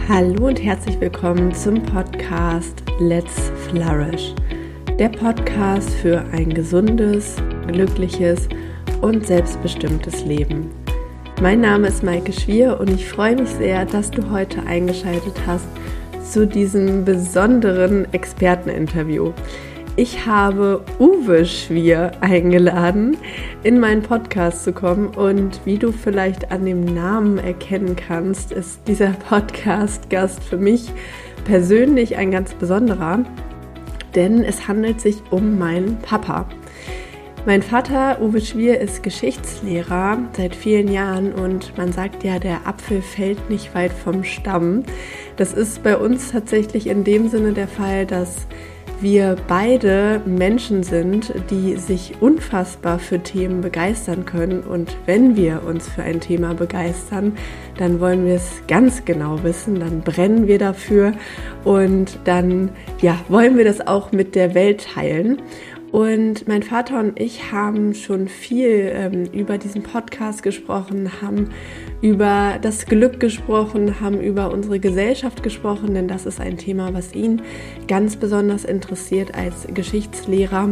Hallo und herzlich willkommen zum Podcast Let's Flourish. Der Podcast für ein gesundes, glückliches und selbstbestimmtes Leben. Mein Name ist Maike Schwier und ich freue mich sehr, dass du heute eingeschaltet hast zu diesem besonderen Experteninterview. Ich habe Uwe Schwier eingeladen, in meinen Podcast zu kommen, und wie du vielleicht an dem Namen erkennen kannst, ist dieser Podcast-Gast für mich persönlich ein ganz besonderer, denn es handelt sich um meinen Papa. Mein Vater, Uwe Schwier, ist Geschichtslehrer seit vielen Jahren und man sagt ja, der Apfel fällt nicht weit vom Stamm. Das ist bei uns tatsächlich in dem Sinne der Fall, dass wir beide Menschen sind, die sich unfassbar für Themen begeistern können, und wenn wir uns für ein Thema begeistern, dann wollen wir es ganz genau wissen, dann brennen wir dafür und dann wollen wir das auch mit der Welt teilen. Und mein Vater und ich haben schon viel über diesen Podcast gesprochen, haben über das Glück gesprochen, haben über unsere Gesellschaft gesprochen, denn das ist ein Thema, was ihn ganz besonders interessiert als Geschichtslehrer.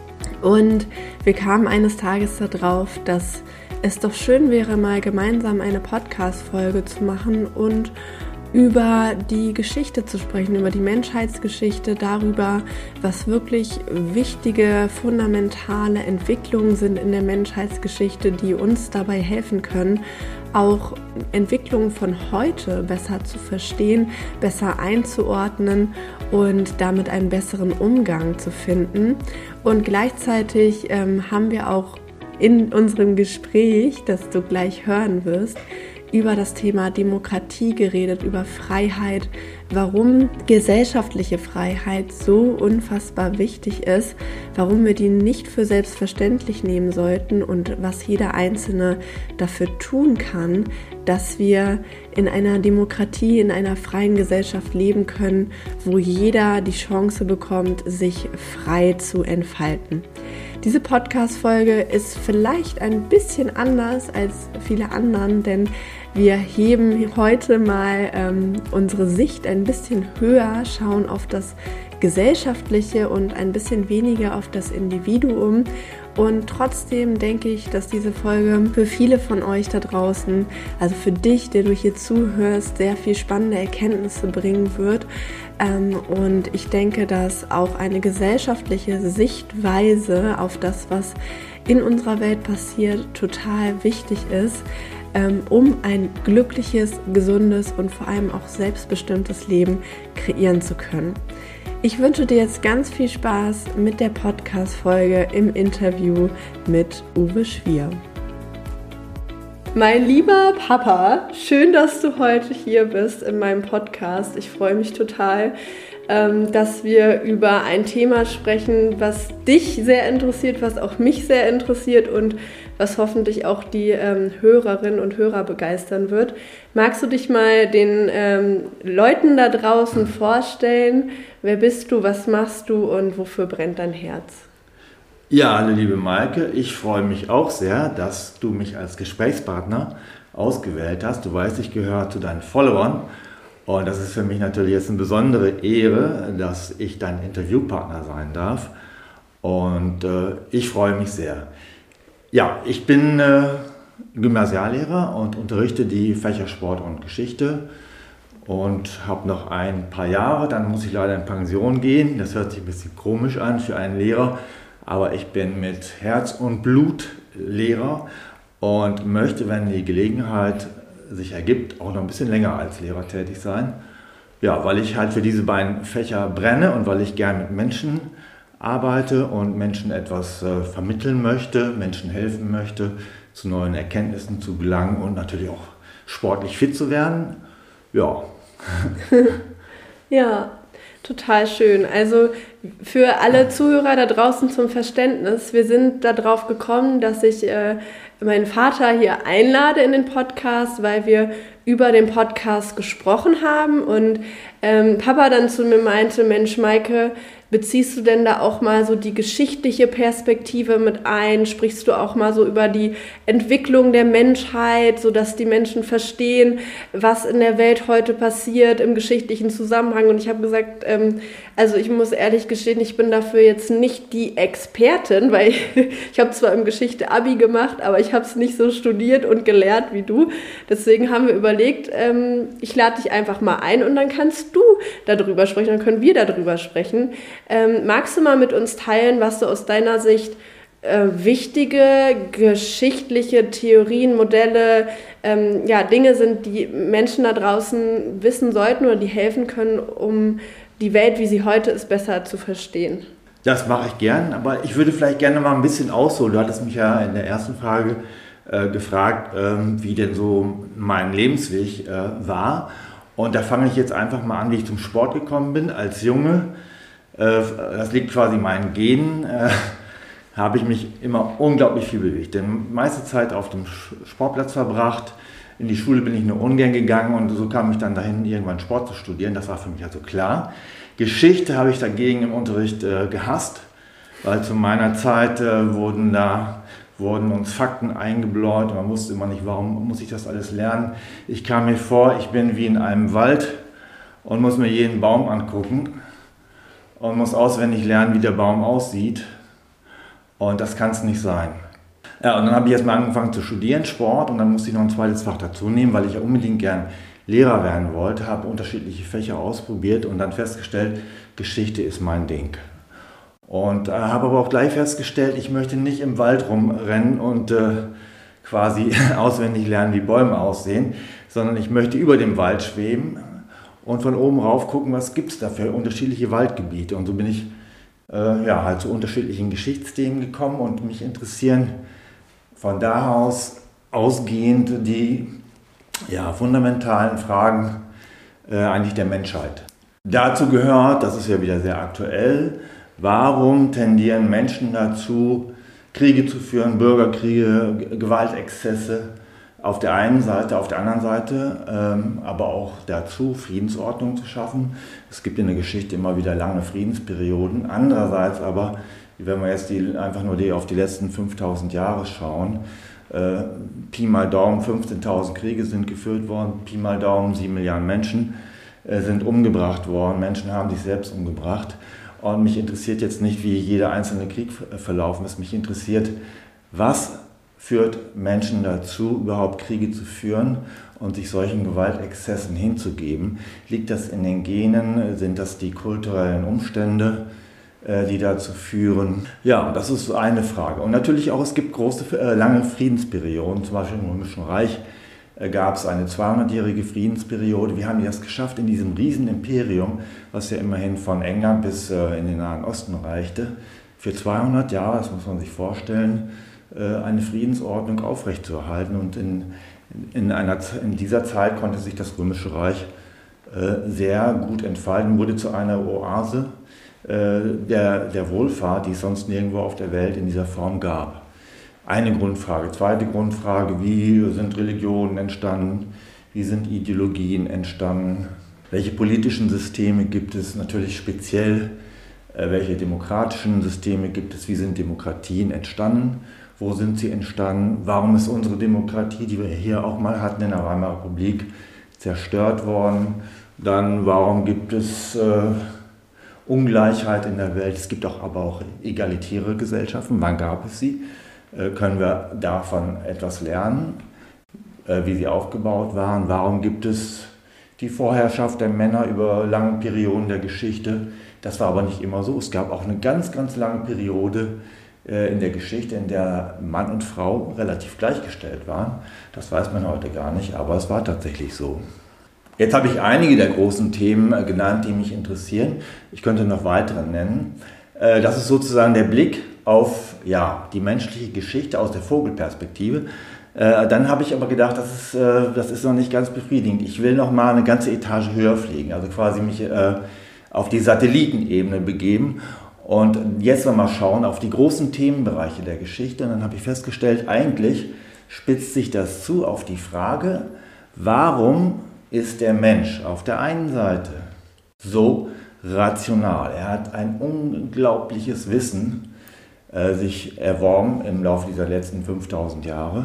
Und wir kamen eines Tages darauf, dass es doch schön wäre, mal gemeinsam eine Podcast-Folge zu machen und über die Geschichte zu sprechen, über die Menschheitsgeschichte, darüber, was wirklich wichtige, fundamentale Entwicklungen sind in der Menschheitsgeschichte, die uns dabei helfen können, auch Entwicklungen von heute besser zu verstehen, besser einzuordnen und damit einen besseren Umgang zu finden. Und gleichzeitig haben wir auch in unserem Gespräch, das du gleich hören wirst, über das Thema Demokratie geredet, über Freiheit, warum gesellschaftliche Freiheit so unfassbar wichtig ist, warum wir die nicht für selbstverständlich nehmen sollten und was jeder Einzelne dafür tun kann, dass wir in einer Demokratie, in einer freien Gesellschaft leben können, wo jeder die Chance bekommt, sich frei zu entfalten. Diese Podcast-Folge ist vielleicht ein bisschen anders als viele anderen, denn wir heben heute mal unsere Sicht ein bisschen höher, schauen auf das Gesellschaftliche und ein bisschen weniger auf das Individuum. Und trotzdem denke ich, dass diese Folge für viele von euch da draußen, also für dich, der du hier zuhörst, sehr viel spannende Erkenntnisse bringen wird. Und ich denke, dass auch eine gesellschaftliche Sichtweise auf das, was in unserer Welt passiert, total wichtig ist, um ein glückliches, gesundes und vor allem auch selbstbestimmtes Leben kreieren zu können. Ich wünsche dir jetzt ganz viel Spaß mit der Podcast-Folge im Interview mit Uwe Schwier. Mein lieber Papa, schön, dass du heute hier bist in meinem Podcast. Ich freue mich total, dass wir über ein Thema sprechen, was dich sehr interessiert, was auch mich sehr interessiert und was hoffentlich auch die Hörerinnen und Hörer begeistern wird. Magst du dich mal den Leuten da draußen vorstellen? Wer bist du, was machst du und wofür brennt dein Herz? Ja, hallo liebe Maike, ich freue mich auch sehr, dass du mich als Gesprächspartner ausgewählt hast. Du weißt, ich gehöre zu deinen Followern und das ist für mich natürlich jetzt eine besondere Ehre, dass ich dein Interviewpartner sein darf, und ich freue mich sehr. Ja, ich bin Gymnasiallehrer und unterrichte die Fächer Sport und Geschichte und habe noch ein paar Jahre, dann muss ich leider in Pension gehen. Das hört sich ein bisschen komisch an für einen Lehrer, aber ich bin mit Herz und Blut Lehrer und möchte, wenn die Gelegenheit sich ergibt, auch noch ein bisschen länger als Lehrer tätig sein. Ja, weil ich halt für diese beiden Fächer brenne und weil ich gern mit Menschen arbeite und Menschen etwas vermitteln möchte, Menschen helfen möchte, zu neuen Erkenntnissen zu gelangen und natürlich auch sportlich fit zu werden. Ja. Ja, total schön. Also für alle Zuhörer da draußen zum Verständnis, wir sind darauf gekommen, dass ich meinen Vater hier einlade in den Podcast, weil wir über den Podcast gesprochen haben und Papa dann zu mir meinte, Mensch Maike, beziehst du denn da auch mal so die geschichtliche Perspektive mit ein? Sprichst du auch mal so über die Entwicklung der Menschheit, sodass die Menschen verstehen, was in der Welt heute passiert im geschichtlichen Zusammenhang? Und ich habe gesagt, also ich muss ehrlich gestehen, ich bin dafür jetzt nicht die Expertin, weil ich habe zwar im Geschichte-Abi gemacht, aber ich habe es nicht so studiert und gelernt wie du. Deswegen haben wir überlegt, ich lade dich einfach mal ein und dann kannst du darüber sprechen, dann können wir darüber sprechen. Magst du mal mit uns teilen, was so aus deiner Sicht wichtige geschichtliche Theorien, Modelle, Dinge sind, die Menschen da draußen wissen sollten oder die helfen können, um die Welt, wie sie heute ist, besser zu verstehen? Das mache ich gern, aber ich würde vielleicht gerne mal ein bisschen ausholen. Du hattest mich ja in der ersten Frage gefragt, wie denn so mein Lebensweg war. Und da fange ich jetzt einfach mal an, wie ich zum Sport gekommen bin als Junge. Das liegt quasi in meinen Genen. Habe ich mich immer unglaublich viel bewegt. Denn meiste Zeit auf dem Sportplatz verbracht. In die Schule bin ich nur ungern gegangen und so kam ich dann dahin, irgendwann Sport zu studieren. Das war für mich also klar. Geschichte habe ich dagegen im Unterricht gehasst, weil zu meiner Zeit wurden uns Fakten eingebläut und man wusste immer nicht, warum muss ich das alles lernen. Ich kam mir vor, ich bin wie in einem Wald und muss mir jeden Baum angucken und muss auswendig lernen, wie der Baum aussieht. Und das kann es nicht sein. Ja, und dann habe ich erst mal angefangen zu studieren, Sport, und dann musste ich noch ein zweites Fach dazu nehmen, weil ich ja unbedingt gern Lehrer werden wollte, habe unterschiedliche Fächer ausprobiert und dann festgestellt, Geschichte ist mein Ding. Und habe aber auch gleich festgestellt, ich möchte nicht im Wald rumrennen und quasi auswendig lernen, wie Bäume aussehen, sondern ich möchte über dem Wald schweben und von oben rauf gucken, was gibt es da für unterschiedliche Waldgebiete. Und so bin ich halt zu unterschiedlichen Geschichtsthemen gekommen und mich interessieren von da aus ausgehend die fundamentalen Fragen eigentlich der Menschheit. Dazu gehört, das ist ja wieder sehr aktuell, warum tendieren Menschen dazu, Kriege zu führen, Bürgerkriege, Gewaltexzesse auf der einen Seite, auf der anderen Seite, aber auch dazu, Friedensordnung zu schaffen. Es gibt in der Geschichte immer wieder lange Friedensperioden. Andererseits aber, wenn wir jetzt einfach nur auf die letzten 5000 Jahre schauen, Pi mal Daumen, 15.000 Kriege sind geführt worden, Pi mal Daumen, 7 Milliarden Menschen sind umgebracht worden, Menschen haben sich selbst umgebracht. Und mich interessiert jetzt nicht, wie jeder einzelne Krieg verlaufen ist. Mich interessiert, was führt Menschen dazu, überhaupt Kriege zu führen und sich solchen Gewaltexzessen hinzugeben. Liegt das in den Genen? Sind das die kulturellen Umstände, die dazu führen? Ja, das ist eine Frage. Und natürlich auch, es gibt lange Friedensperioden. Zum Beispiel im Römischen Reich gab es eine 200-jährige Friedensperiode. Wie haben die das geschafft in diesem Riesenimperium, was ja immerhin von England bis in den Nahen Osten reichte, für 200 Jahre, das muss man sich vorstellen, eine Friedensordnung aufrechtzuerhalten. Und in dieser Zeit konnte sich das Römische Reich sehr gut entfalten, wurde zu einer Oase der Wohlfahrt, die es sonst nirgendwo auf der Welt in dieser Form gab. Eine Grundfrage. Zweite Grundfrage, wie sind Religionen entstanden? Wie sind Ideologien entstanden? Welche politischen Systeme gibt es? Natürlich speziell, welche demokratischen Systeme gibt es? Wie sind Demokratien entstanden? Wo sind sie entstanden? Warum ist unsere Demokratie, die wir hier auch mal hatten in der Weimarer Republik, zerstört worden? Dann, warum gibt es Ungleichheit in der Welt? Es gibt aber auch egalitäre Gesellschaften. Wann gab es sie? Können wir davon etwas lernen, wie sie aufgebaut waren? Warum gibt es die Vorherrschaft der Männer über lange Perioden der Geschichte? Das war aber nicht immer so. Es gab auch eine ganz, ganz lange Periode in der Geschichte, in der Mann und Frau relativ gleichgestellt waren. Das weiß man heute gar nicht, aber es war tatsächlich so. Jetzt habe ich einige der großen Themen genannt, die mich interessieren. Ich könnte noch weitere nennen. Das ist sozusagen der Blick auf die menschliche Geschichte aus der Vogelperspektive. Dann habe ich aber gedacht, das ist noch nicht ganz befriedigend. Ich will noch mal eine ganze Etage höher fliegen, also quasi mich auf die Satellitenebene begeben und jetzt noch mal schauen auf die großen Themenbereiche der Geschichte. Und dann habe ich festgestellt, eigentlich spitzt sich das zu auf die Frage, Warum ist der Mensch auf der einen Seite so rational? Er hat ein unglaubliches Wissen sich erworben im Laufe dieser letzten 5000 Jahre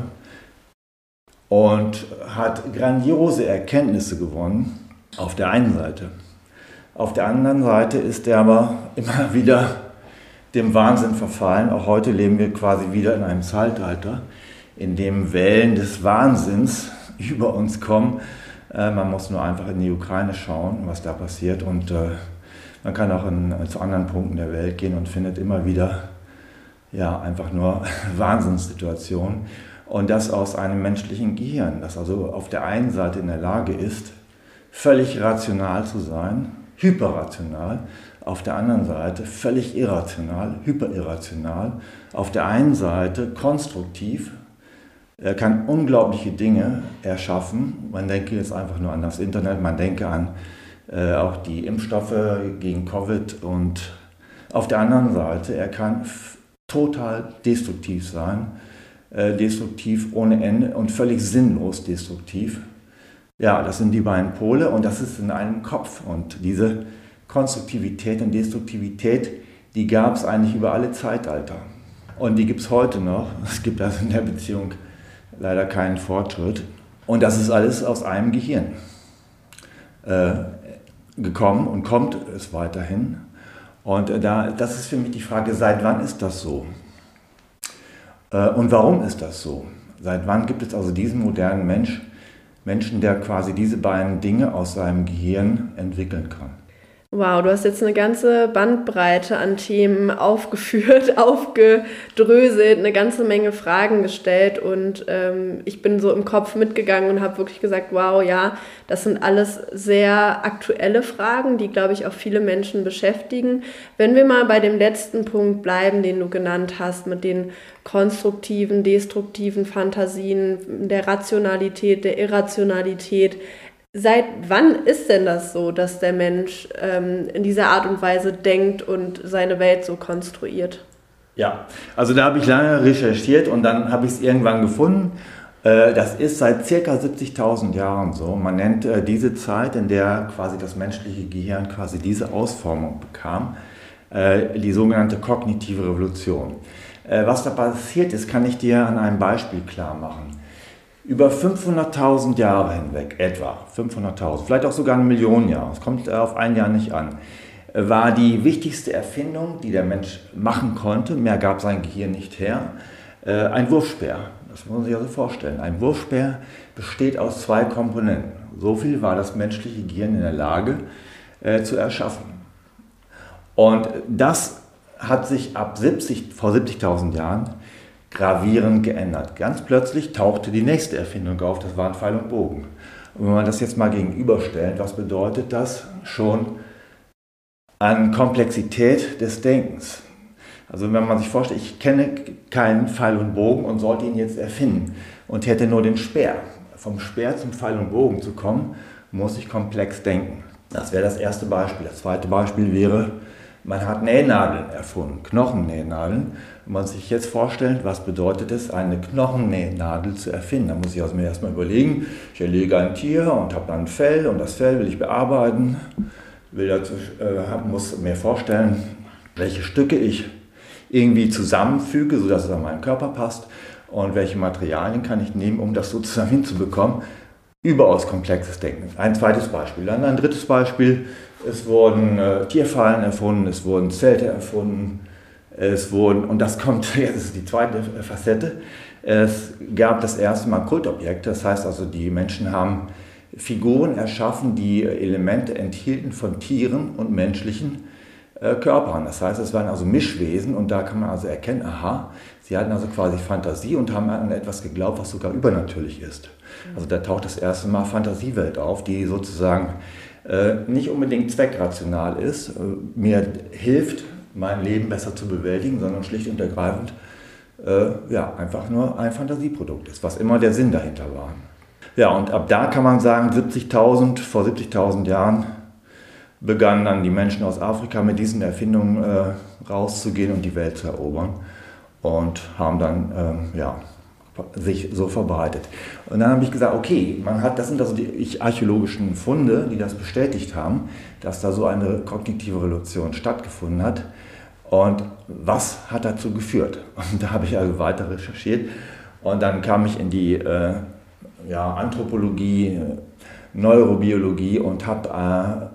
und hat grandiose Erkenntnisse gewonnen auf der einen Seite. Auf der anderen Seite ist er aber immer wieder dem Wahnsinn verfallen. Auch heute leben wir quasi wieder in einem Zeitalter, in dem Wellen des Wahnsinns über uns kommen. Man muss nur einfach in die Ukraine schauen, was da passiert. Und man kann auch zu anderen Punkten der Welt gehen und findet immer wieder einfach nur Wahnsinnssituationen. Und das aus einem menschlichen Gehirn, das also auf der einen Seite in der Lage ist, völlig rational zu sein, hyperrational, auf der anderen Seite völlig irrational, hyperirrational, auf der einen Seite konstruktiv. Er kann unglaubliche Dinge erschaffen. Man denke jetzt einfach nur an das Internet, man denke an auch die Impfstoffe gegen Covid. Und auf der anderen Seite, er kann total destruktiv sein, destruktiv ohne Ende und völlig sinnlos destruktiv. Ja, das sind die beiden Pole und das ist in einem Kopf. Und diese Konstruktivität und Destruktivität, die gab es eigentlich über alle Zeitalter. Und die gibt es heute noch. Es gibt also in der Beziehung leider keinen Fortschritt. Und das ist alles aus einem Gehirn gekommen und kommt es weiterhin. Und das ist für mich die Frage, seit wann ist das so? Und warum ist das so? Seit wann gibt es also diesen modernen Menschen, der quasi diese beiden Dinge aus seinem Gehirn entwickeln kann? Wow, du hast jetzt eine ganze Bandbreite an Themen aufgeführt, aufgedröselt, eine ganze Menge Fragen gestellt und ich bin so im Kopf mitgegangen und habe wirklich gesagt, wow, ja, das sind alles sehr aktuelle Fragen, die, glaube ich, auch viele Menschen beschäftigen. Wenn wir mal bei dem letzten Punkt bleiben, den du genannt hast, mit den konstruktiven, destruktiven Fantasien, der Rationalität, der Irrationalität, seit wann ist denn das so, dass der Mensch in dieser Art und Weise denkt und seine Welt so konstruiert? Ja, also da habe ich lange recherchiert und dann habe ich es irgendwann gefunden. Das ist seit ca. 70.000 Jahren so. Man nennt diese Zeit, in der quasi das menschliche Gehirn quasi diese Ausformung bekam, die sogenannte kognitive Revolution. Was da passiert ist, kann ich dir an einem Beispiel klar machen. Über 500.000 Jahre hinweg, etwa 500.000, vielleicht auch sogar 1 Million Jahre, es kommt auf ein Jahr nicht an, war die wichtigste Erfindung, die der Mensch machen konnte, mehr gab sein Gehirn nicht her, ein Wurfspeer. Das muss man sich also vorstellen. Ein Wurfspeer besteht aus 2 Komponenten. So viel war das menschliche Gehirn in der Lage zu erschaffen. Und das hat sich vor 70.000 Jahren gravierend geändert. Ganz plötzlich tauchte die nächste Erfindung auf, das waren Pfeil und Bogen. Und wenn man das jetzt mal gegenüberstellt, was bedeutet das schon an Komplexität des Denkens? Also wenn man sich vorstellt, ich kenne keinen Pfeil und Bogen und sollte ihn jetzt erfinden und hätte nur den Speer. Vom Speer zum Pfeil und Bogen zu kommen, muss ich komplex denken. Das wäre das erste Beispiel. Das zweite Beispiel wäre, man hat Nähnadeln erfunden, Knochennähnadeln. Wenn man sich jetzt vorstellt, was bedeutet es, eine Knochennähnadel zu erfinden, dann muss ich also mir erstmal überlegen, ich erlege ein Tier und habe dann ein Fell und das Fell will ich bearbeiten, muss mir vorstellen, welche Stücke ich irgendwie zusammenfüge, sodass es an meinen Körper passt und welche Materialien kann ich nehmen, um das sozusagen hinzubekommen. Überaus komplexes Denken. Ein zweites Beispiel. Dann ein drittes Beispiel. Es wurden Tierfallen erfunden, es wurden Zelte erfunden, und das kommt, jetzt ist die zweite Facette, es gab das erste Mal Kultobjekte, das heißt also, die Menschen haben Figuren erschaffen, die Elemente enthielten von Tieren und menschlichen Körpern. Das heißt, es waren also Mischwesen und da kann man also erkennen, aha, sie hatten also quasi Fantasie und haben an etwas geglaubt, was sogar übernatürlich ist. Also da taucht das erste Mal Fantasiewelt auf, die sozusagen nicht unbedingt zweckrational ist, mir hilft, mein Leben besser zu bewältigen, sondern schlicht und ergreifend einfach nur ein Fantasieprodukt ist, was immer der Sinn dahinter war. Ja, und ab da kann man sagen, vor 70.000 Jahren begannen dann die Menschen aus Afrika mit diesen Erfindungen rauszugehen und die Welt zu erobern und haben dann sich so verbreitet. Und dann habe ich gesagt, okay, das sind also die archäologischen Funde, die das bestätigt haben, dass da so eine kognitive Revolution stattgefunden hat. Und was hat dazu geführt? Und da habe ich also weiter recherchiert und dann kam ich in die Anthropologie, Neurobiologie und habe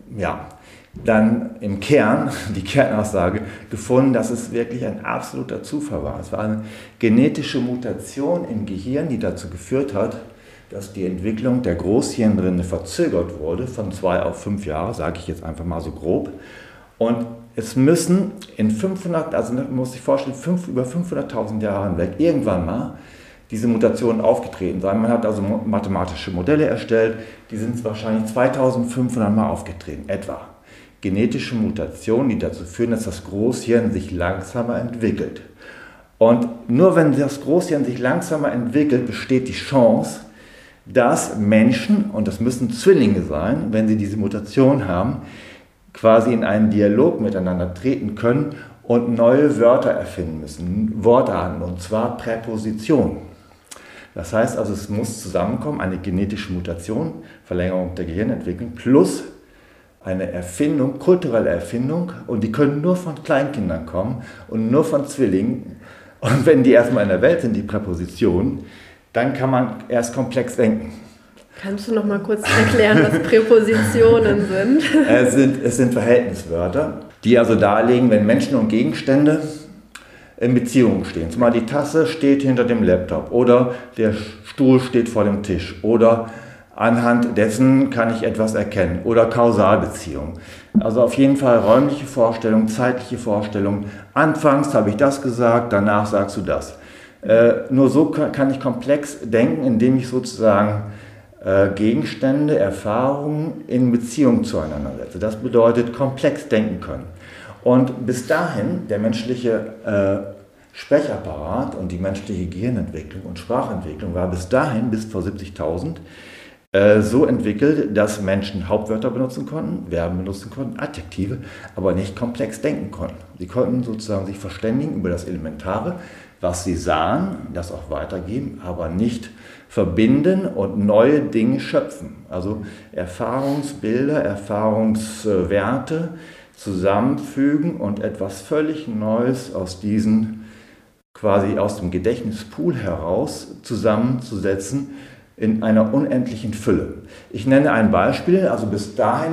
dann im Kern, die Kernaussage, gefunden, dass es wirklich ein absoluter Zufall war. Es war eine genetische Mutation im Gehirn, die dazu geführt hat, dass die Entwicklung der Großhirnrinde verzögert wurde, von 2 auf 5 Jahre, sage ich jetzt einfach mal so grob. Und es müssen in 500, also man muss sich vorstellen, über 500.000 Jahre hinweg irgendwann mal diese Mutationen aufgetreten sein. Man hat also mathematische Modelle erstellt, die sind wahrscheinlich 2500 Mal aufgetreten, etwa. Genetische Mutationen, die dazu führen, dass das Großhirn sich langsamer entwickelt. Und nur wenn das Großhirn sich langsamer entwickelt, besteht die Chance, dass Menschen, und das müssen Zwillinge sein, wenn sie diese Mutation haben, quasi in einen Dialog miteinander treten können und neue Wörter erfinden müssen, Wortarten, und zwar Präpositionen. Das heißt also, es muss zusammenkommen, eine genetische Mutation, Verlängerung der Gehirnentwicklung, plus eine Erfindung, kulturelle Erfindung, und die können nur von Kleinkindern kommen und nur von Zwillingen. Und wenn die erstmal in der Welt sind, die Präpositionen, dann kann man erst komplex denken. Kannst du noch mal kurz erklären, was Präpositionen sind? Es sind Verhältniswörter, die also darlegen, wenn Menschen und Gegenstände in Beziehung stehen. Zum Beispiel die Tasse steht hinter dem Laptop oder der Stuhl steht vor dem Tisch oder anhand dessen kann ich etwas erkennen oder Kausalbeziehung. Also auf jeden Fall räumliche Vorstellung, zeitliche Vorstellung. Anfangs habe ich das gesagt, danach sagst du das. Nur so kann ich komplex denken, indem ich sozusagen Gegenstände, Erfahrungen in Beziehung zueinander setze. Das bedeutet komplex denken können. Und bis dahin, der menschliche Sprechapparat und die menschliche Gehirnentwicklung und Sprachentwicklung war bis dahin, bis vor 70.000, so entwickelt, dass Menschen Hauptwörter benutzen konnten, Verben benutzen konnten, Adjektive, aber nicht komplex denken konnten. Sie konnten sozusagen sich verständigen über das Elementare, was sie sahen, das auch weitergeben, aber nicht verbinden und neue Dinge schöpfen. Also Erfahrungsbilder, Erfahrungswerte zusammenfügen und etwas völlig Neues aus diesen, quasi aus dem Gedächtnispool heraus zusammenzusetzen in einer unendlichen Fülle. Ich nenne ein Beispiel, also bis dahin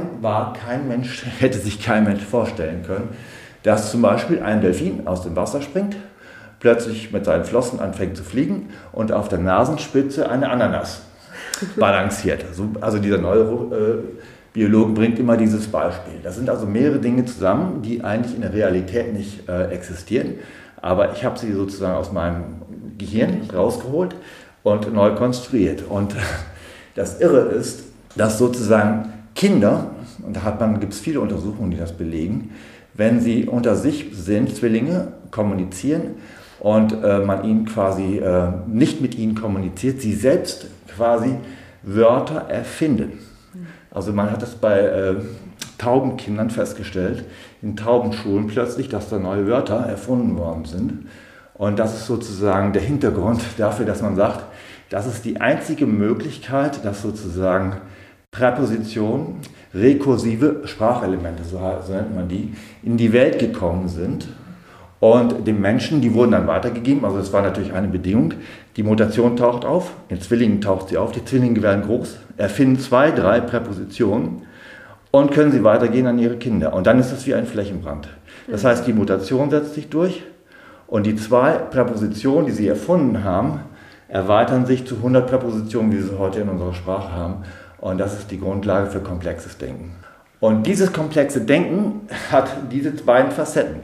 hätte sich kein Mensch vorstellen können, dass zum Beispiel ein Delfin aus dem Wasser springt, plötzlich mit seinen Flossen anfängt zu fliegen und auf der Nasenspitze eine Ananas balanciert. Also dieser Neurobiologe bringt immer dieses Beispiel. Das sind also mehrere Dinge zusammen, die eigentlich in der Realität nicht existieren, aber ich habe sie sozusagen aus meinem Gehirn rausgeholt und neu konstruiert. Und das Irre ist, dass sozusagen Kinder, und da gibt es viele Untersuchungen, die das belegen, wenn sie unter sich sind, Zwillinge, kommunizieren und man ihnen quasi nicht mit ihnen kommuniziert, sie selbst quasi Wörter erfinden. Also man hat das bei Taubenkindern festgestellt, in Taubenschulen plötzlich, dass da neue Wörter erfunden worden sind. Und das ist sozusagen der Hintergrund dafür, dass man sagt, das ist die einzige Möglichkeit, dass sozusagen Präpositionen, rekursive Sprachelemente, so nennt man die, in die Welt gekommen sind. Und den Menschen, die wurden dann weitergegeben, also das war natürlich eine Bedingung, die Mutation taucht auf, in Zwillingen taucht sie auf, die Zwillinge werden groß, erfinden 2, 3 Präpositionen und können sie weitergehen an ihre Kinder. Und dann ist das wie ein Flächenbrand. Das heißt, die Mutation setzt sich durch und die 2 Präpositionen, die sie erfunden haben, erweitern sich zu 100 Präpositionen, wie wir sie heute in unserer Sprache haben. Und das ist die Grundlage für komplexes Denken. Und dieses komplexe Denken hat diese beiden Facetten.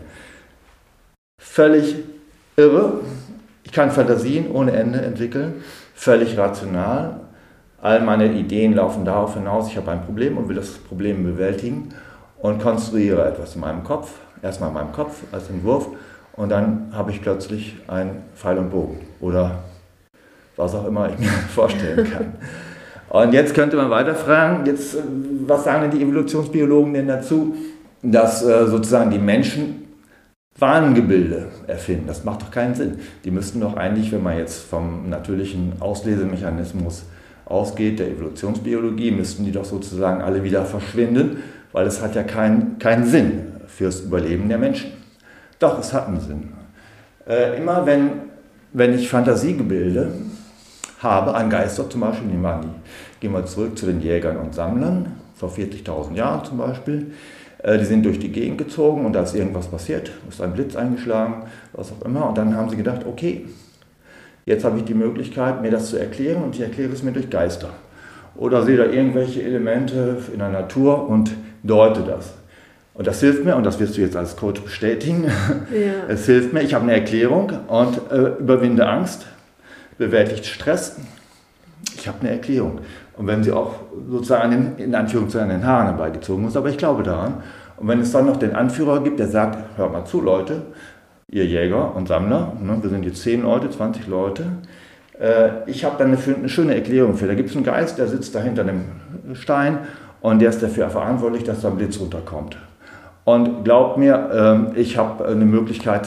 Völlig irre, ich kann Fantasien ohne Ende entwickeln, völlig rational. All meine Ideen laufen darauf hinaus, ich habe ein Problem und will das Problem bewältigen und konstruiere etwas in meinem Kopf, erstmal in meinem Kopf als Entwurf und dann habe ich plötzlich einen Pfeil und Bogen oder was auch immer ich mir vorstellen kann. Und jetzt könnte man weiter fragen, was sagen denn die Evolutionsbiologen denn dazu, dass sozusagen die Menschen Warngebilde erfinden. Das macht doch keinen Sinn. Die müssten doch eigentlich, wenn man jetzt vom natürlichen Auslesemechanismus ausgeht, der Evolutionsbiologie, müssten die doch sozusagen alle wieder verschwinden, weil es hat ja keinen Sinn fürs Überleben der Menschen. Doch, es hat einen Sinn. Immer wenn ich Fantasiegebilde habe, an Geister zum Beispiel, gehen wir zurück zu den Jägern und Sammlern, vor 40.000 Jahren zum Beispiel, die sind durch die Gegend gezogen und da ist irgendwas passiert, ist ein Blitz eingeschlagen, was auch immer, und dann haben sie gedacht, okay, jetzt habe ich die Möglichkeit, mir das zu erklären und ich erkläre es mir durch Geister. Oder sehe da irgendwelche Elemente in der Natur und deute das. Und das hilft mir, und das wirst du jetzt als Coach bestätigen, es hilft mir, ich habe eine Erklärung und überwinde Angst, bewältigt Stress, ich habe eine Erklärung. Und wenn sie auch sozusagen in Anführungszeichen an den Haaren herbeigezogen ist, aber ich glaube daran. Und wenn es dann noch den Anführer gibt, der sagt, hört mal zu Leute, ihr Jäger und Sammler, wir sind jetzt 10 Leute, 20 Leute, ich habe dann eine schöne Erklärung für. Da gibt es einen Geist, der sitzt da hinter einem Stein und der ist dafür verantwortlich, dass da ein Blitz runterkommt. Und glaubt mir, ich habe eine Möglichkeit,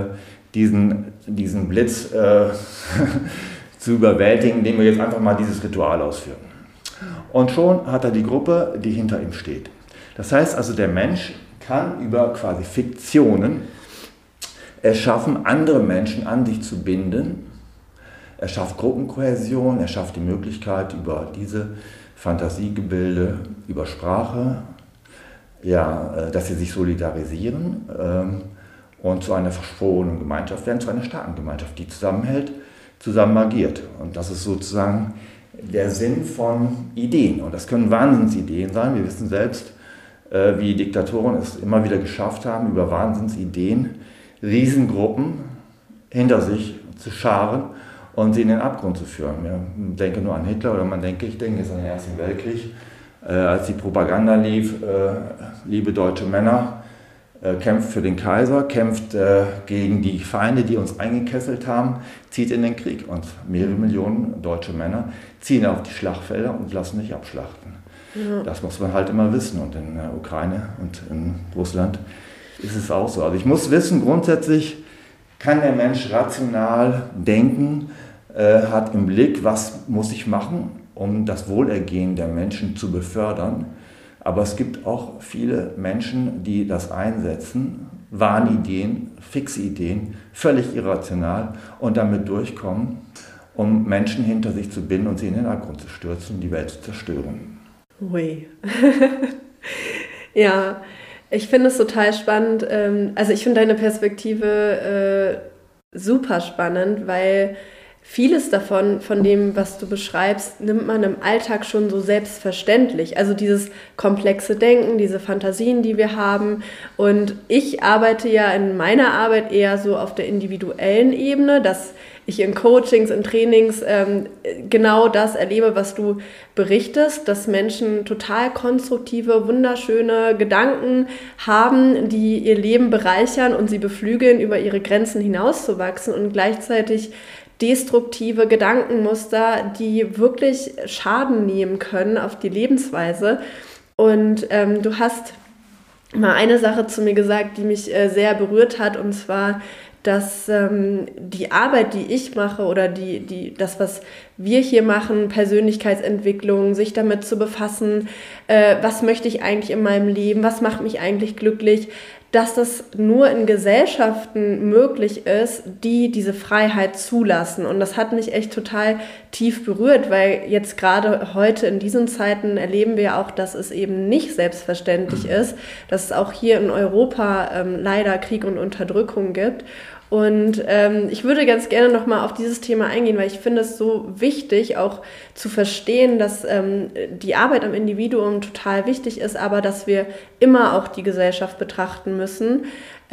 diesen Blitz zu überwältigen, indem wir jetzt einfach mal dieses Ritual ausführen. Und schon hat er die Gruppe, die hinter ihm steht. Das heißt also, der Mensch kann über quasi Fiktionen es schaffen, andere Menschen an sich zu binden. Er schafft Gruppenkohäsion, er schafft die Möglichkeit, über diese Fantasiegebilde, über Sprache, dass sie sich solidarisieren und zu einer verschworenen Gemeinschaft werden, zu einer starken Gemeinschaft, die zusammenhält, zusammen agiert. Und das ist sozusagen der Sinn von Ideen. Und das können Wahnsinnsideen sein. Wir wissen selbst, wie Diktatoren es immer wieder geschafft haben, über Wahnsinnsideen Riesengruppen hinter sich zu scharen und sie in den Abgrund zu führen. Man denke nur an Hitler oder ich denke jetzt an den Ersten Weltkrieg, als die Propaganda lief, liebe deutsche Männer, kämpft für den Kaiser, kämpft gegen die Feinde, die uns eingekesselt haben, zieht in den Krieg. Und mehrere Millionen deutsche Männer ziehen auf die Schlachtfelder und lassen sich abschlachten. Ja. Das muss man halt immer wissen. Und in der Ukraine und in Russland ist es auch so. Also ich muss wissen, grundsätzlich kann der Mensch rational denken, hat im Blick, was muss ich machen, um das Wohlergehen der Menschen zu befördern. Aber es gibt auch viele Menschen, die das einsetzen, Wahnideen, fixe Ideen, völlig irrational und damit durchkommen, um Menschen hinter sich zu binden und sie in den Abgrund zu stürzen und die Welt zu zerstören. Ui. Ja, ich finde es total spannend. Also ich finde deine Perspektive super spannend, weil vieles davon, von dem, was du beschreibst, nimmt man im Alltag schon so selbstverständlich. Also dieses komplexe Denken, diese Fantasien, die wir haben. Und ich arbeite ja in meiner Arbeit eher so auf der individuellen Ebene, dass ich in Coachings, in Trainings genau das erlebe, was du berichtest, dass Menschen total konstruktive, wunderschöne Gedanken haben, die ihr Leben bereichern und sie beflügeln, über ihre Grenzen hinauszuwachsen und gleichzeitig destruktive Gedankenmuster, die wirklich Schaden nehmen können auf die Lebensweise. Und du hast mal eine Sache zu mir gesagt, die mich sehr berührt hat, und zwar, dass die Arbeit, die ich mache oder das, was wir hier machen, Persönlichkeitsentwicklung, sich damit zu befassen, was möchte ich eigentlich in meinem Leben, was macht mich eigentlich glücklich, dass das nur in Gesellschaften möglich ist, die diese Freiheit zulassen. Und das hat mich echt total tief berührt, weil jetzt gerade heute in diesen Zeiten erleben wir auch, dass es eben nicht selbstverständlich ist, dass es auch hier in Europa leider Krieg und Unterdrückung gibt. Und ich würde ganz gerne nochmal auf dieses Thema eingehen, weil ich finde es so wichtig, auch zu verstehen, dass die Arbeit am Individuum total wichtig ist, aber dass wir immer auch die Gesellschaft betrachten müssen.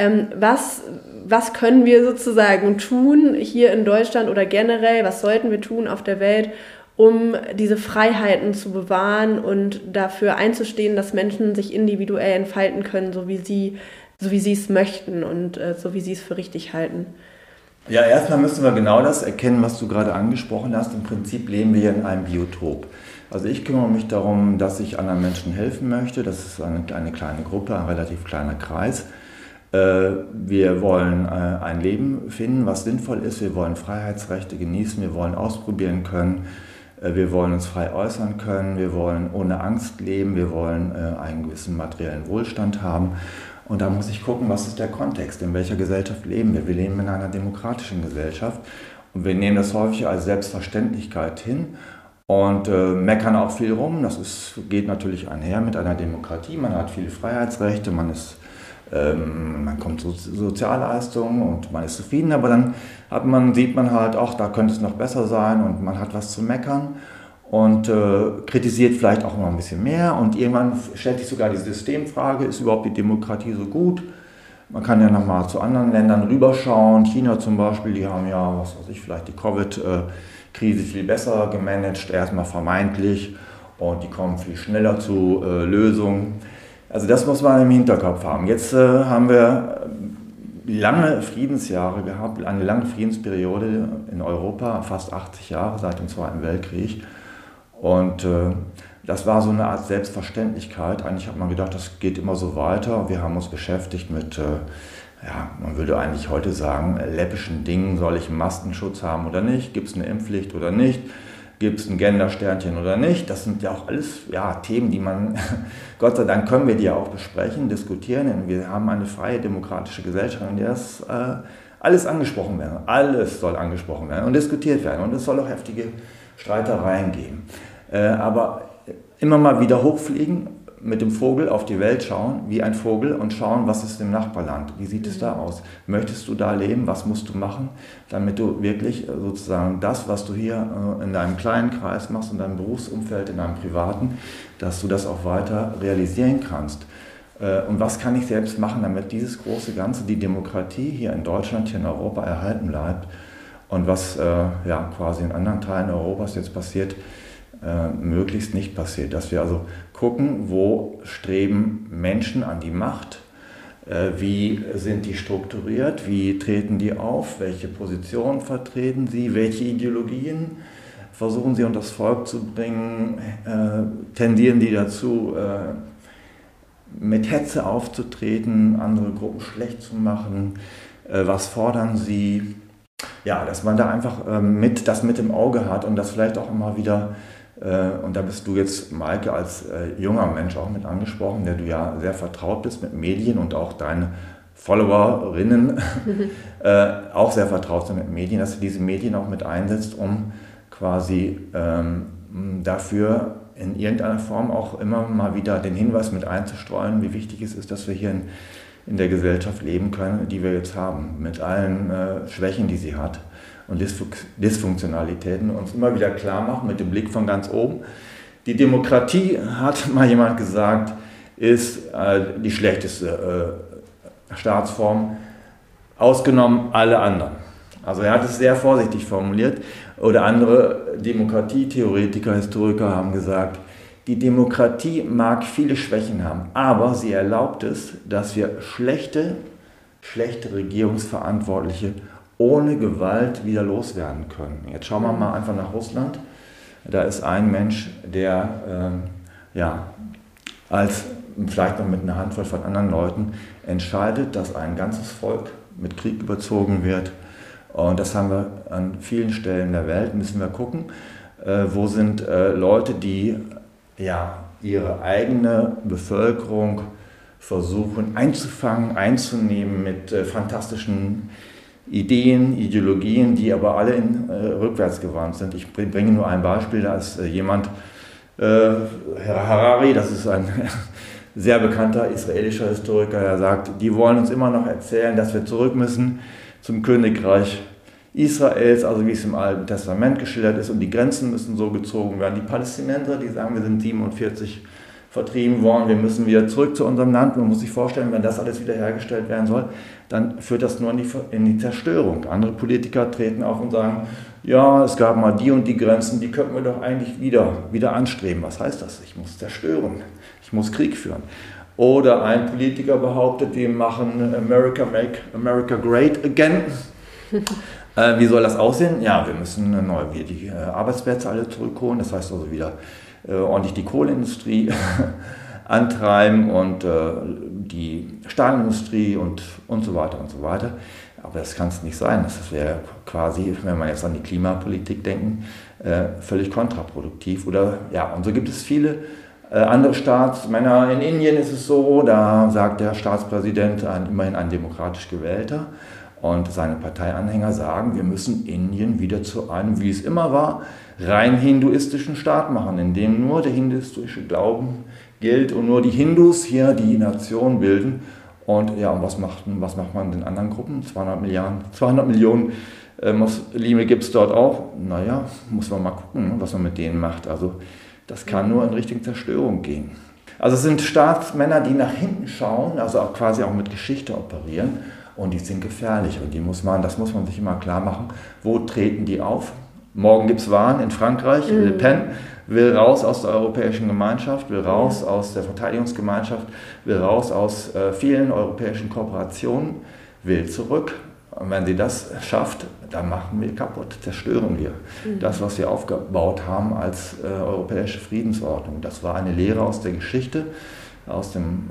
Was können wir sozusagen tun hier in Deutschland oder generell, was sollten wir tun auf der Welt, um diese Freiheiten zu bewahren und dafür einzustehen, dass Menschen sich individuell entfalten können, so wie sie es möchten und so wie sie es für richtig halten? Ja, erstmal müssen wir genau das erkennen, was du gerade angesprochen hast. Im Prinzip leben wir in einem Biotop. Also ich kümmere mich darum, dass ich anderen Menschen helfen möchte. Das ist eine kleine Gruppe, ein relativ kleiner Kreis. Wir wollen ein Leben finden, was sinnvoll ist. Wir wollen Freiheitsrechte genießen, wir wollen ausprobieren können, wir wollen uns frei äußern können, wir wollen ohne Angst leben, wir wollen einen gewissen materiellen Wohlstand haben. Und da muss ich gucken, was ist der Kontext, in welcher Gesellschaft leben wir. Wir leben in einer demokratischen Gesellschaft und wir nehmen das häufig als Selbstverständlichkeit hin und meckern auch viel rum. Das geht natürlich einher mit einer Demokratie. Man hat viele Freiheitsrechte, man kommt zu Sozialleistungen und man ist zufrieden, aber dann sieht man halt auch, da könnte es noch besser sein und man hat was zu meckern und kritisiert vielleicht auch noch ein bisschen mehr und irgendwann stellt sich sogar die Systemfrage, ist überhaupt die Demokratie so gut? Man kann ja nochmal zu anderen Ländern rüberschauen, China zum Beispiel, die haben ja, vielleicht die Covid-Krise viel besser gemanagt, erstmal vermeintlich, und die kommen viel schneller zu Lösungen. Also das muss man im Hinterkopf haben. Jetzt haben wir lange Friedensjahre gehabt, eine lange Friedensperiode in Europa, fast 80 Jahre seit dem Zweiten Weltkrieg. Und das war so eine Art Selbstverständlichkeit. Eigentlich hat man gedacht, das geht immer so weiter. Wir haben uns beschäftigt mit, man würde eigentlich heute sagen, läppischen Dingen. Soll ich einen Maskenschutz haben oder nicht? Gibt es eine Impfpflicht oder nicht? Gibt es ein Gendersternchen oder nicht? Das sind ja auch alles Themen, die man, Gott sei Dank können wir die ja auch besprechen, diskutieren. Denn wir haben eine freie demokratische Gesellschaft, in der das alles angesprochen werden. Alles soll angesprochen werden und diskutiert werden. Und es soll auch heftige Streitereien geben. Aber immer mal wieder hochfliegen, mit dem Vogel auf die Welt schauen, wie ein Vogel, und schauen, was ist im Nachbarland, wie sieht es da aus, möchtest du da leben, was musst du machen, damit du wirklich sozusagen das, was du hier in deinem kleinen Kreis machst, in deinem Berufsumfeld, in deinem privaten, dass du das auch weiter realisieren kannst. Und was kann ich selbst machen, damit dieses große Ganze, die Demokratie hier in Deutschland, hier in Europa erhalten bleibt, und was quasi in anderen Teilen Europas jetzt passiert, möglichst nicht passiert. Dass wir also gucken, wo streben Menschen an die Macht, wie sind die strukturiert, wie treten die auf, welche Positionen vertreten sie, welche Ideologien versuchen sie unter das Volk zu bringen, tendieren die dazu, mit Hetze aufzutreten, andere Gruppen schlecht zu machen, was fordern sie. Ja, dass man da einfach das mit im Auge hat und das vielleicht auch immer wieder, und da bist du jetzt, Maike, als junger Mensch auch mit angesprochen, der du ja sehr vertraut bist mit Medien und auch deine Followerinnen auch sehr vertraut sind mit Medien, dass du diese Medien auch mit einsetzt, um quasi dafür in irgendeiner Form auch immer mal wieder den Hinweis mit einzustreuen, wie wichtig es ist, dass wir hier in der Gesellschaft leben können, die wir jetzt haben, mit allen Schwächen, die sie hat und Dysfunktionalitäten, uns immer wieder klar machen mit dem Blick von ganz oben. Die Demokratie, hat mal jemand gesagt, ist die schlechteste Staatsform, ausgenommen alle anderen. Also er hat es sehr vorsichtig formuliert. Oder andere Demokratietheoretiker, Historiker haben gesagt, die Demokratie mag viele Schwächen haben, aber sie erlaubt es, dass wir schlechte Regierungsverantwortliche ohne Gewalt wieder loswerden können. Jetzt schauen wir mal einfach nach Russland. Da ist ein Mensch, der als vielleicht noch mit einer Handvoll von anderen Leuten entscheidet, dass ein ganzes Volk mit Krieg überzogen wird. Und das haben wir an vielen Stellen der Welt, müssen wir gucken, wo sind Leute, die ihre eigene Bevölkerung versuchen einzufangen, einzunehmen mit fantastischen Ideen, Ideologien, die aber alle rückwärts gewandt sind. Ich bringe nur ein Beispiel, da ist jemand, Herr Harari, das ist ein sehr bekannter israelischer Historiker, der sagt, die wollen uns immer noch erzählen, dass wir zurück müssen zum Königreich Israels, also wie es im Alten Testament geschildert ist, und die Grenzen müssen so gezogen werden. Die Palästinenser, die sagen, wir sind 47 vertrieben worden, wir müssen wieder zurück zu unserem Land. Man muss sich vorstellen, wenn das alles wiederhergestellt werden soll, dann führt das nur in die Zerstörung. Andere Politiker treten auf und sagen, ja, es gab mal die und die Grenzen, die könnten wir doch eigentlich wieder anstreben. Was heißt das? Ich muss zerstören, ich muss Krieg führen. Oder ein Politiker behauptet, wir machen Make America Great Again. Wie soll das aussehen? Ja, wir müssen die Arbeitsplätze alle zurückholen, das heißt also wieder ordentlich die Kohleindustrie antreiben und die Stahlindustrie und so weiter und so weiter. Aber das kann es nicht sein. Das wäre quasi, wenn wir jetzt an die Klimapolitik denken, völlig kontraproduktiv. Oder, ja, und so gibt es viele andere Staatsmänner. In Indien ist es so, da sagt der Staatspräsident, immerhin ein demokratisch gewählter, und seine Parteianhänger sagen, wir müssen Indien wieder zu einem, wie es immer war, rein hinduistischen Staat machen, in dem nur der hinduistische Glauben gilt und nur die Hindus hier die Nation bilden. Und ja, und was macht man in anderen Gruppen? 200 Millionen Muslime gibt es dort auch. Naja, muss man mal gucken, was man mit denen macht. Also das kann nur in Richtung Zerstörung gehen. Also es sind Staatsmänner, die nach hinten schauen, also auch quasi auch mit Geschichte operieren, und die sind gefährlich. Und das muss man sich immer klar machen, wo treten die auf? Morgen gibt es Wahlen in Frankreich. Le Pen will raus aus der Europäischen Gemeinschaft, will raus aus der Verteidigungsgemeinschaft, will raus aus vielen europäischen Kooperationen, will zurück. Und wenn sie das schafft, dann machen wir kaputt, zerstören wir das, was wir aufgebaut haben als europäische Friedensordnung. Das war eine Lehre aus der Geschichte, aus dem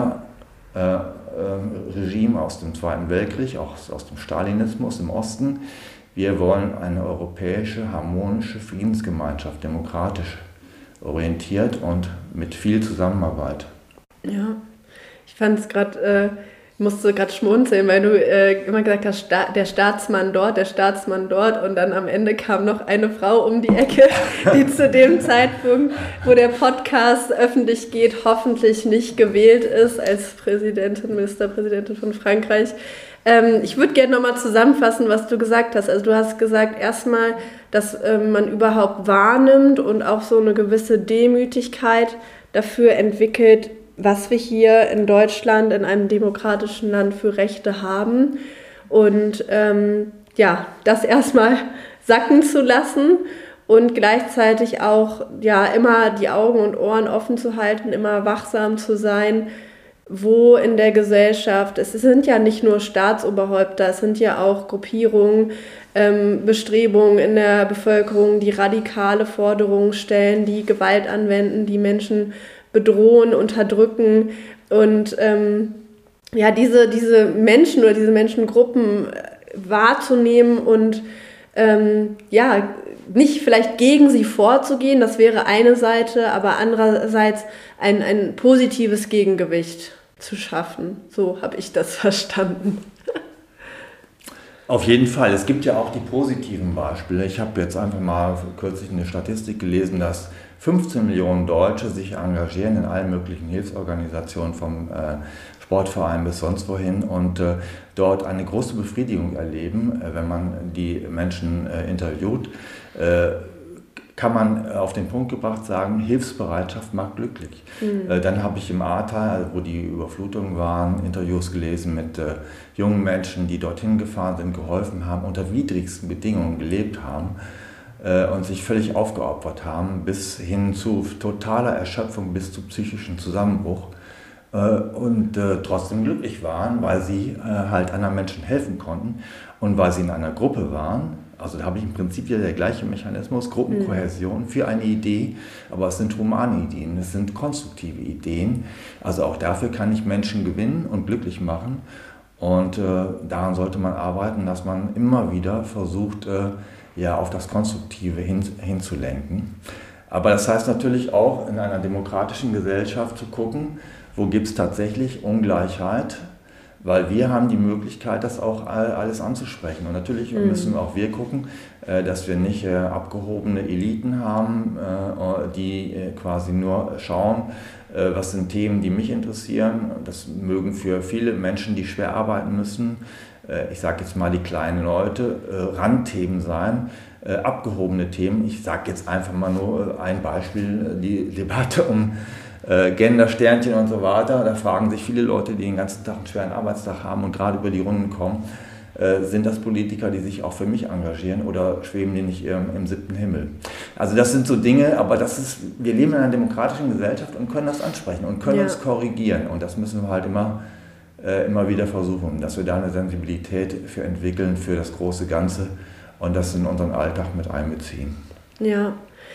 Hitler-Regime, aus dem Zweiten Weltkrieg, auch aus dem Stalinismus im Osten. Wir wollen eine europäische, harmonische Friedensgemeinschaft, demokratisch orientiert und mit viel Zusammenarbeit. Ja, ich fand es gerade, musste gerade schmunzeln, weil du immer gesagt hast, der Staatsmann dort, und dann am Ende kam noch eine Frau um die Ecke, die zu dem Zeitpunkt, wo der Podcast öffentlich geht, hoffentlich nicht gewählt ist als Ministerpräsidentin von Frankreich. Ich würde gerne nochmal zusammenfassen, was du gesagt hast. Also du hast gesagt, erstmal, dass man überhaupt wahrnimmt und auch so eine gewisse Demütigkeit dafür entwickelt, was wir hier in Deutschland, in einem demokratischen Land für Rechte haben. Und das erstmal sacken zu lassen und gleichzeitig auch immer die Augen und Ohren offen zu halten, immer wachsam zu sein, wo in der Gesellschaft, es sind ja nicht nur Staatsoberhäupter, es sind ja auch Gruppierungen, Bestrebungen in der Bevölkerung, die radikale Forderungen stellen, die Gewalt anwenden, die Menschen bedrohen, unterdrücken und diese Menschen oder diese Menschengruppen wahrzunehmen und nicht vielleicht gegen sie vorzugehen, das wäre eine Seite, aber andererseits ein positives Gegengewicht zu schaffen. So habe ich das verstanden. Auf jeden Fall. Es gibt ja auch die positiven Beispiele. Ich habe jetzt einfach mal kürzlich eine Statistik gelesen, dass 15 Millionen Deutsche sich engagieren in allen möglichen Hilfsorganisationen, vom Sportverein bis sonst wohin, und dort eine große Befriedigung erleben, wenn man die Menschen interviewt. Kann man auf den Punkt gebracht sagen, Hilfsbereitschaft macht glücklich. Dann habe ich im Ahrtal, wo die Überflutungen waren, Interviews gelesen mit jungen Menschen, die dorthin gefahren sind, geholfen haben, unter widrigsten Bedingungen gelebt haben und sich völlig aufgeopfert haben, bis hin zu totaler Erschöpfung, bis zu psychischem Zusammenbruch, und trotzdem glücklich waren, weil sie halt anderen Menschen helfen konnten und weil sie in einer Gruppe waren. Also da habe ich im Prinzip wieder der gleiche Mechanismus, Gruppenkohäsion für eine Idee, aber es sind humane Ideen, es sind konstruktive Ideen. Also auch dafür kann ich Menschen gewinnen und glücklich machen, und daran sollte man arbeiten, dass man immer wieder versucht, auf das Konstruktive hinzulenken. Aber das heißt natürlich auch, in einer demokratischen Gesellschaft zu gucken, wo gibt es tatsächlich Ungleichheit, weil wir haben die Möglichkeit, das auch alles anzusprechen. Und natürlich müssen auch wir gucken, dass wir nicht abgehobene Eliten haben, die quasi nur schauen, was sind Themen, die mich interessieren. Das mögen für viele Menschen, die schwer arbeiten müssen, ich sage jetzt mal die kleinen Leute, Randthemen sein, abgehobene Themen. Ich sage jetzt einfach mal nur ein Beispiel, die Debatte um Gendersternchen und so weiter. Da fragen sich viele Leute, die den ganzen Tag einen schweren Arbeitstag haben und gerade über die Runden kommen, sind das Politiker, die sich auch für mich engagieren, oder schweben die nicht im 7. Himmel? Also das sind so Dinge, aber wir leben in einer demokratischen Gesellschaft und können das ansprechen und können uns korrigieren, und das müssen wir halt immer wieder versuchen, dass wir da eine Sensibilität für entwickeln, für das große Ganze, und das in unseren Alltag mit einbeziehen. Ja.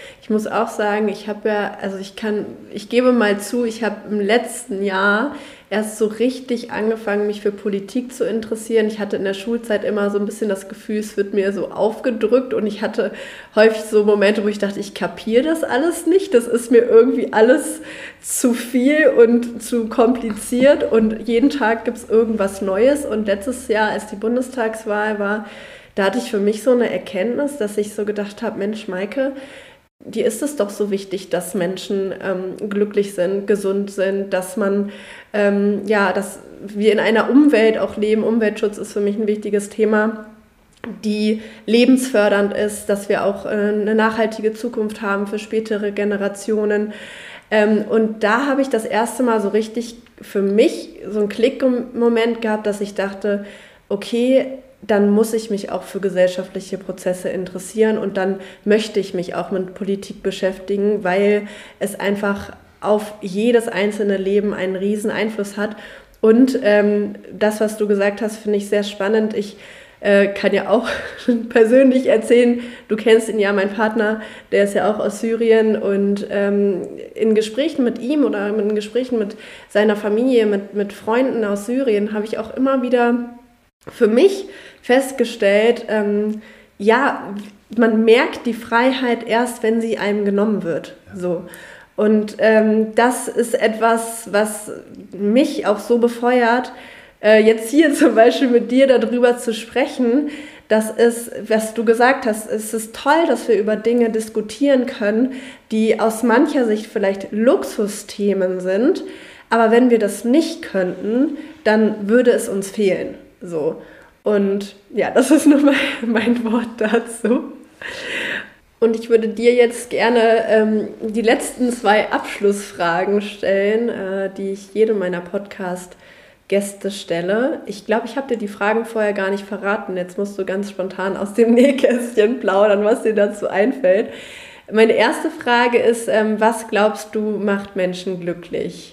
Ich muss auch sagen, ich gebe mal zu, ich habe im letzten Jahr erst so richtig angefangen, mich für Politik zu interessieren. Ich hatte in der Schulzeit immer so ein bisschen das Gefühl, es wird mir so aufgedrückt und ich hatte häufig so Momente, wo ich dachte, ich kapiere das alles nicht. Das ist mir irgendwie alles zu viel und zu kompliziert und jeden Tag gibt es irgendwas Neues. Und letztes Jahr, als die Bundestagswahl war, da hatte ich für mich so eine Erkenntnis, dass ich so gedacht habe, Mensch, Maike, dir ist es doch so wichtig, dass Menschen glücklich sind, gesund sind, dass man, dass wir in einer Umwelt auch leben. Umweltschutz ist für mich ein wichtiges Thema, die lebensfördernd ist, dass wir auch eine nachhaltige Zukunft haben für spätere Generationen. Und da habe ich das erste Mal so richtig für mich so einen Klick-Moment gehabt, dass ich dachte, okay, dann muss ich mich auch für gesellschaftliche Prozesse interessieren und dann möchte ich mich auch mit Politik beschäftigen, weil es einfach auf jedes einzelne Leben einen riesen Einfluss hat. Und das, was du gesagt hast, finde ich sehr spannend. Ich kann ja auch persönlich erzählen, du kennst ihn ja, mein Partner, der ist ja auch aus Syrien und in Gesprächen mit ihm oder in Gesprächen mit seiner Familie, mit Freunden aus Syrien habe ich auch immer wieder für mich festgestellt, man merkt die Freiheit erst, wenn sie einem genommen wird. So. Und das ist etwas, was mich auch so befeuert, jetzt hier zum Beispiel mit dir darüber zu sprechen. Das ist, was du gesagt hast, es ist toll, dass wir über Dinge diskutieren können, die aus mancher Sicht vielleicht Luxusthemen sind, aber wenn wir das nicht könnten, dann würde es uns fehlen. So. Und ja, das ist nur mein Wort dazu. Und ich würde dir jetzt gerne die letzten 2 Abschlussfragen stellen, die ich jedem meiner Podcast-Gäste stelle. Ich glaube, ich habe dir die Fragen vorher gar nicht verraten. Jetzt musst du ganz spontan aus dem Nähkästchen plaudern, was dir dazu einfällt. Meine erste Frage ist, was glaubst du, macht Menschen glücklich?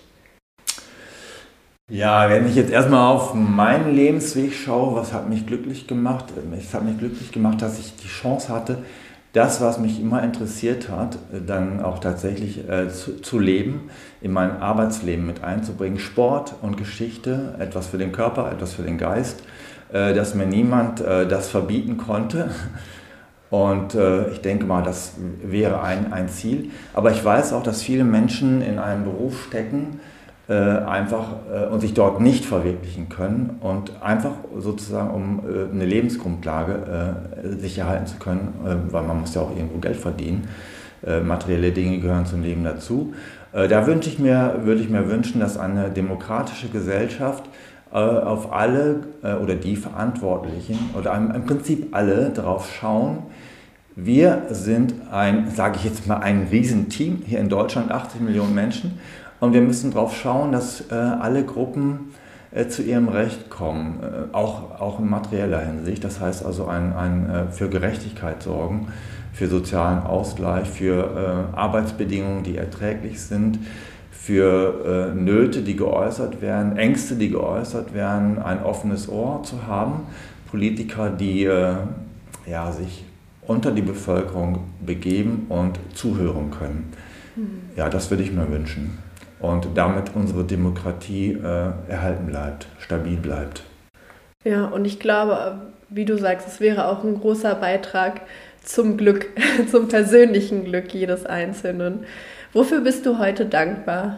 Ja, wenn ich jetzt erstmal auf meinen Lebensweg schaue, was hat mich glücklich gemacht? Es hat mich glücklich gemacht, dass ich die Chance hatte, das, was mich immer interessiert hat, dann auch tatsächlich zu leben, in mein Arbeitsleben mit einzubringen. Sport und Geschichte, etwas für den Körper, etwas für den Geist, dass mir niemand das verbieten konnte. Und ich denke mal, das wäre ein Ziel. Aber ich weiß auch, dass viele Menschen in einem Beruf stecken, und sich dort nicht verwirklichen können und einfach sozusagen, um eine Lebensgrundlage sich erhalten zu können, weil man muss ja auch irgendwo Geld verdienen, materielle Dinge gehören zum Leben dazu. Da würde ich mir wünschen, dass eine demokratische Gesellschaft auf alle oder die Verantwortlichen oder im Prinzip alle darauf schauen. Wir sind sage ich jetzt mal, ein Riesenteam hier in Deutschland, 80 Millionen Menschen. Und wir müssen darauf schauen, dass alle Gruppen zu ihrem Recht kommen, auch in materieller Hinsicht. Das heißt also für Gerechtigkeit sorgen, für sozialen Ausgleich, für Arbeitsbedingungen, die erträglich sind, für Nöte, die geäußert werden, Ängste, die geäußert werden, ein offenes Ohr zu haben. Politiker, die sich unter die Bevölkerung begeben und zuhören können. Ja, das würde ich mir wünschen. Und damit unsere Demokratie erhalten bleibt, stabil bleibt. Ja, und ich glaube, wie du sagst, es wäre auch ein großer Beitrag zum Glück, zum persönlichen Glück jedes Einzelnen. Wofür bist du heute dankbar?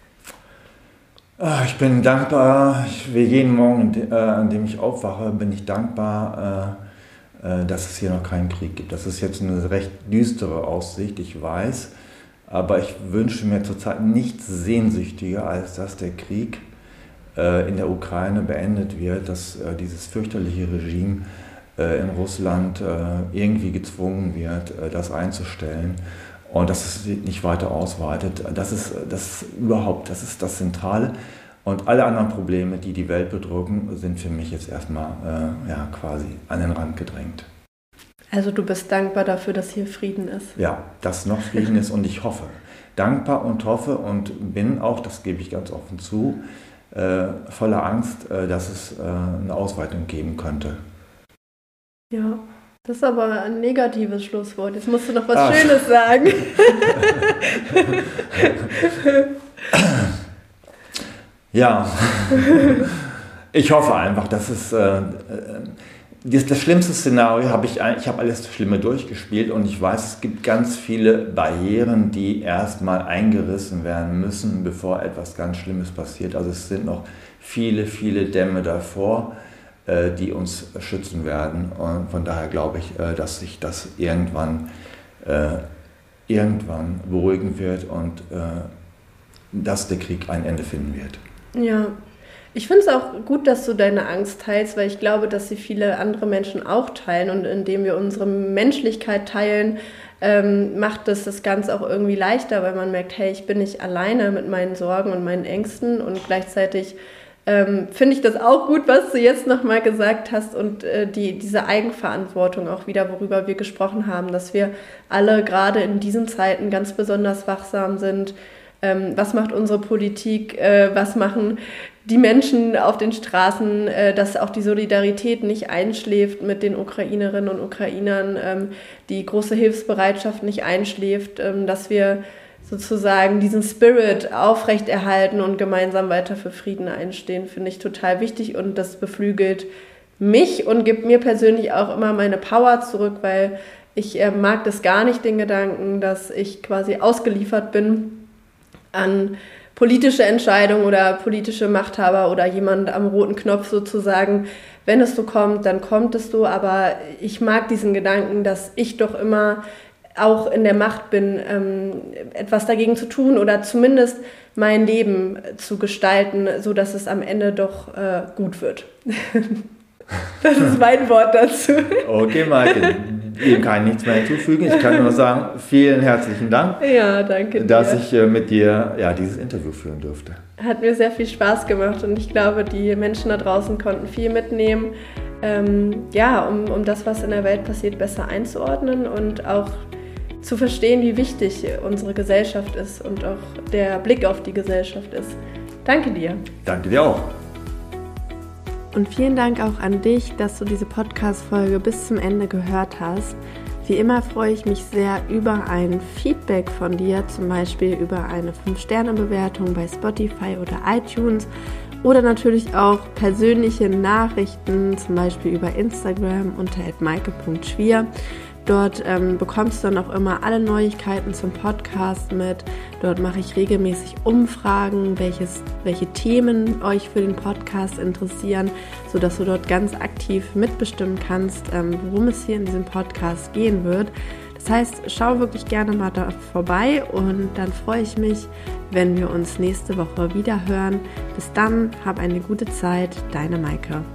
Ich bin dankbar, jeden Morgen, an dem ich aufwache, bin ich dankbar, dass es hier noch keinen Krieg gibt. Das ist jetzt eine recht düstere Aussicht, ich weiß. Aber ich wünsche mir zurzeit nichts sehnsüchtiger, als dass der Krieg in der Ukraine beendet wird, dass dieses fürchterliche Regime in Russland irgendwie gezwungen wird, das einzustellen und dass es sich nicht weiter ausweitet. Das ist das Zentrale. Und alle anderen Probleme, die die Welt bedrücken, sind für mich jetzt erstmal quasi an den Rand gedrängt. Also du bist dankbar dafür, dass hier Frieden ist? Ja, dass noch Frieden ist und ich hoffe. Dankbar und hoffe und bin auch, das gebe ich ganz offen zu, voller Angst, dass es eine Ausweitung geben könnte. Ja, Das ist aber ein negatives Schlusswort. Jetzt musst du noch was Schönes sagen. Ja, ich hoffe einfach, dass es das schlimmste Szenario ich habe alles Schlimme durchgespielt und ich weiß, es gibt ganz viele Barrieren, die erstmal eingerissen werden müssen, bevor etwas ganz Schlimmes passiert. Also es sind noch viele, viele Dämme davor, die uns schützen werden. Und von daher glaube ich, dass sich das irgendwann beruhigen wird und dass der Krieg ein Ende finden wird. Ja, ich finde es auch gut, dass du deine Angst teilst, weil ich glaube, dass sie viele andere Menschen auch teilen. Und indem wir unsere Menschlichkeit teilen, macht es das Ganze auch irgendwie leichter, weil man merkt, hey, ich bin nicht alleine mit meinen Sorgen und meinen Ängsten. Und gleichzeitig finde ich das auch gut, was du jetzt nochmal gesagt hast und diese Eigenverantwortung auch wieder, worüber wir gesprochen haben, dass wir alle gerade in diesen Zeiten ganz besonders wachsam sind. Was macht unsere Politik, was machen die Menschen auf den Straßen, dass auch die Solidarität nicht einschläft mit den Ukrainerinnen und Ukrainern, die große Hilfsbereitschaft nicht einschläft, dass wir sozusagen diesen Spirit aufrechterhalten und gemeinsam weiter für Frieden einstehen, finde ich total wichtig und das beflügelt mich und gibt mir persönlich auch immer meine Power zurück, weil ich mag das gar nicht, den Gedanken, dass ich quasi ausgeliefert bin an politische Entscheidungen oder politische Machthaber oder jemand am roten Knopf sozusagen. Wenn es so kommt, dann kommt es so. Aber ich mag diesen Gedanken, dass ich doch immer auch in der Macht bin, etwas dagegen zu tun oder zumindest mein Leben zu gestalten, sodass es am Ende doch gut wird. Das ist mein Wort dazu. Okay, Maike. Dem kann ich nichts mehr hinzufügen. Ich kann nur sagen, vielen herzlichen Dank, danke dir, dass ich mit dir dieses Interview führen durfte. Hat mir sehr viel Spaß gemacht und ich glaube, die Menschen da draußen konnten viel mitnehmen, um das, was in der Welt passiert, besser einzuordnen und auch zu verstehen, wie wichtig unsere Gesellschaft ist und auch der Blick auf die Gesellschaft ist. Danke dir. Danke dir auch. Und vielen Dank auch an dich, dass du diese Podcast-Folge bis zum Ende gehört hast. Wie immer freue ich mich sehr über ein Feedback von dir, zum Beispiel über eine 5-Sterne-Bewertung bei Spotify oder iTunes oder natürlich auch persönliche Nachrichten, zum Beispiel über Instagram unter @maike.schwier. Dort bekommst du dann auch immer alle Neuigkeiten zum Podcast mit. Dort mache ich regelmäßig Umfragen, welche Themen euch für den Podcast interessieren, sodass du dort ganz aktiv mitbestimmen kannst, worum es hier in diesem Podcast gehen wird. Das heißt, schau wirklich gerne mal da vorbei und dann freue ich mich, wenn wir uns nächste Woche wieder hören. Bis dann, hab eine gute Zeit, deine Maike.